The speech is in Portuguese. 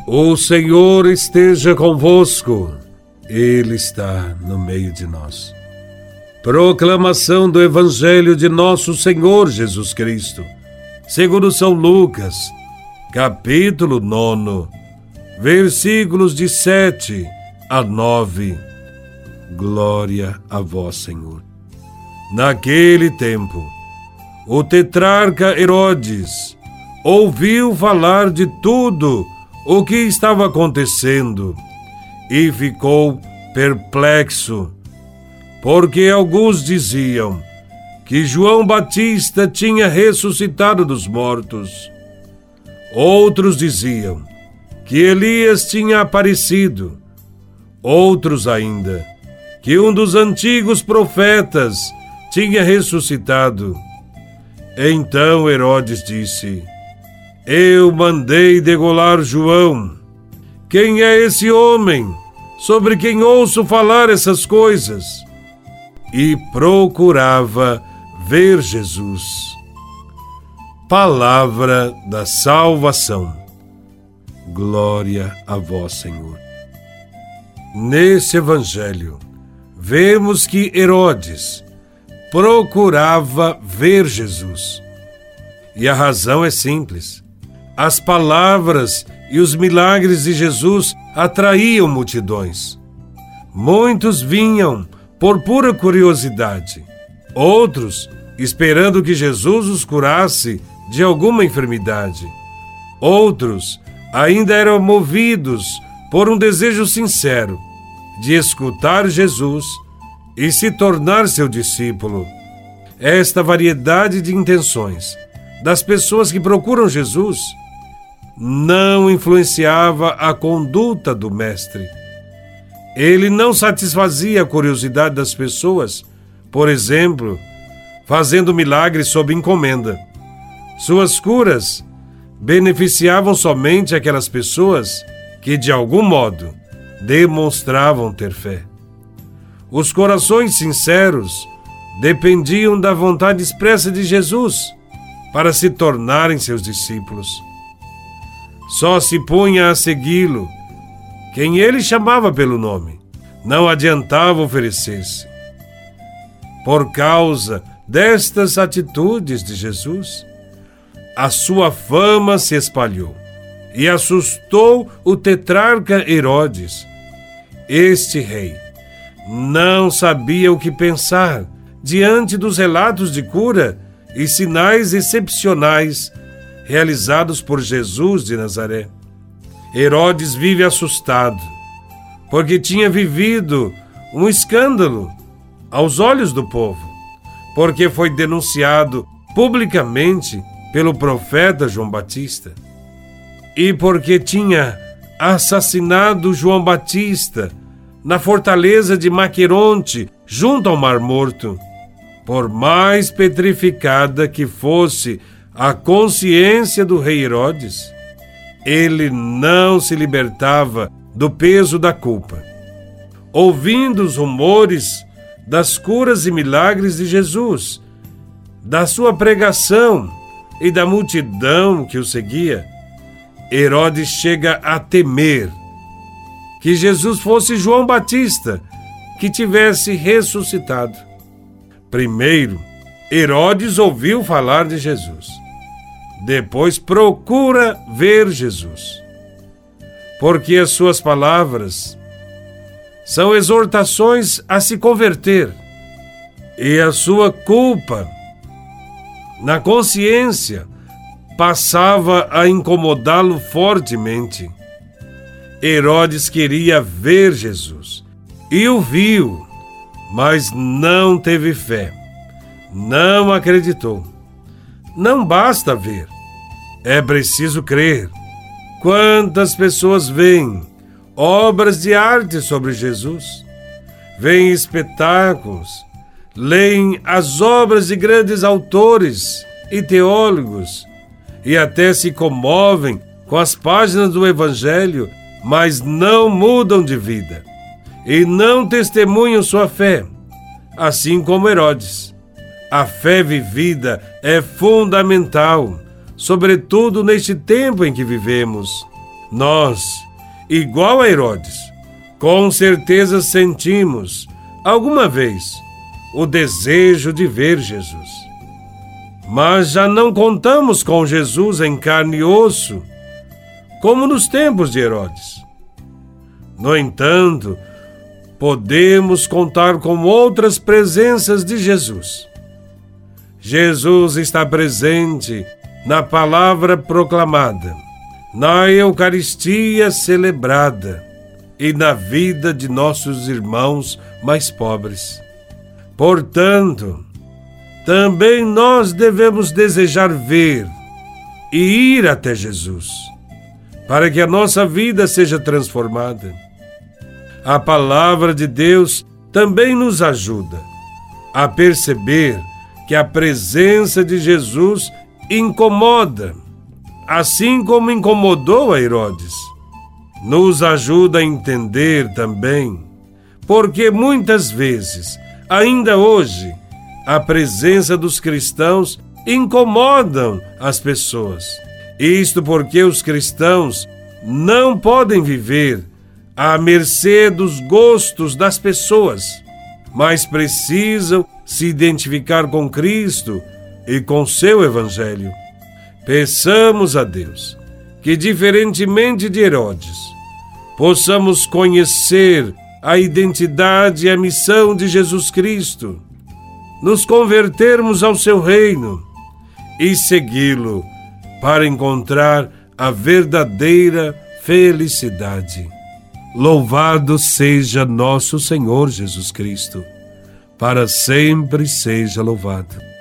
O Senhor esteja convosco, Ele está no meio de nós. Proclamação do Evangelho de nosso Senhor Jesus Cristo, segundo São Lucas, capítulo 9, versículos de 7 a 9. Glória a vós, Senhor. Naquele tempo, o tetrarca Herodes ouviu falar de tudo o que estava acontecendo e ficou perplexo, porque alguns diziam que João Batista tinha ressuscitado dos mortos. Outros diziam que Elias tinha aparecido. Outros ainda, que um dos antigos profetas tinha ressuscitado. Então Herodes disse: Eu mandei degolar João. Quem é esse homem sobre quem ouço falar essas coisas? E procurava ver Jesus. Palavra da salvação. Glória a vós, Senhor. Nesse evangelho, vemos que Herodes procurava ver Jesus. E a razão é simples. As palavras e os milagres de Jesus atraíam multidões. Muitos vinham por pura curiosidade. Outros esperando que Jesus os curasse de alguma enfermidade. Outros ainda eram movidos por um desejo sincero de escutar Jesus e se tornar seu discípulo. Esta variedade de intenções das pessoas que procuram Jesus não influenciava a conduta do Mestre. Ele não satisfazia a curiosidade das pessoas, por exemplo, fazendo milagres sob encomenda. Suas curas beneficiavam somente aquelas pessoas que, de algum modo, demonstravam ter fé. Os corações sinceros dependiam da vontade expressa de Jesus para se tornarem seus discípulos. Só se punha a segui-lo quem ele chamava pelo nome. Não adiantava oferecer-se. Por causa destas atitudes de Jesus, a sua fama se espalhou e assustou o tetrarca Herodes. Este rei não sabia o que pensar diante dos relatos de cura e sinais excepcionais realizados por Jesus de Nazaré. Herodes vive assustado, porque tinha vivido um escândalo aos olhos do povo, porque foi denunciado publicamente pelo profeta João Batista, e porque tinha assassinado João Batista na fortaleza de Maqueronte, junto ao Mar Morto. Por mais petrificada que fosse a consciência do rei Herodes, ele não se libertava do peso da culpa. Ouvindo os rumores das curas e milagres de Jesus, da sua pregação e da multidão que o seguia, Herodes chega a temer que Jesus fosse João Batista, que tivesse ressuscitado. Primeiro, Herodes ouviu falar de Jesus. Depois procura ver Jesus, porque as suas palavras são exortações a se converter, e a sua culpa na consciência passava a incomodá-lo fortemente. Herodes queria ver Jesus e o viu, mas não teve fé, não acreditou. Não basta ver, é preciso crer. Quantas pessoas veem obras de arte sobre Jesus, veem espetáculos, leem as obras de grandes autores e teólogos e até se comovem com as páginas do Evangelho, mas não mudam de vida e não testemunham sua fé, assim como Herodes. A fé vivida é fundamental, sobretudo neste tempo em que vivemos. Nós, igual a Herodes, com certeza sentimos, alguma vez, o desejo de ver Jesus. Mas já não contamos com Jesus em carne e osso, como nos tempos de Herodes. No entanto, podemos contar com outras presenças de Jesus. Jesus está presente na palavra proclamada, na Eucaristia celebrada e na vida de nossos irmãos mais pobres. Portanto, também nós devemos desejar ver e ir até Jesus, para que a nossa vida seja transformada. A palavra de Deus também nos ajuda a perceber que a presença de Jesus incomoda, assim como incomodou a Herodes. Nos ajuda a entender também porque muitas vezes, ainda hoje, a presença dos cristãos incomodam as pessoas. Isto porque os cristãos não podem viver à mercê dos gostos das pessoas, mas precisam se identificar com Cristo e com seu Evangelho. Peçamos a Deus que, diferentemente de Herodes, possamos conhecer a identidade e a missão de Jesus Cristo, nos convertermos ao seu reino e segui-lo para encontrar a verdadeira felicidade. Louvado seja nosso Senhor Jesus Cristo, para sempre seja louvado.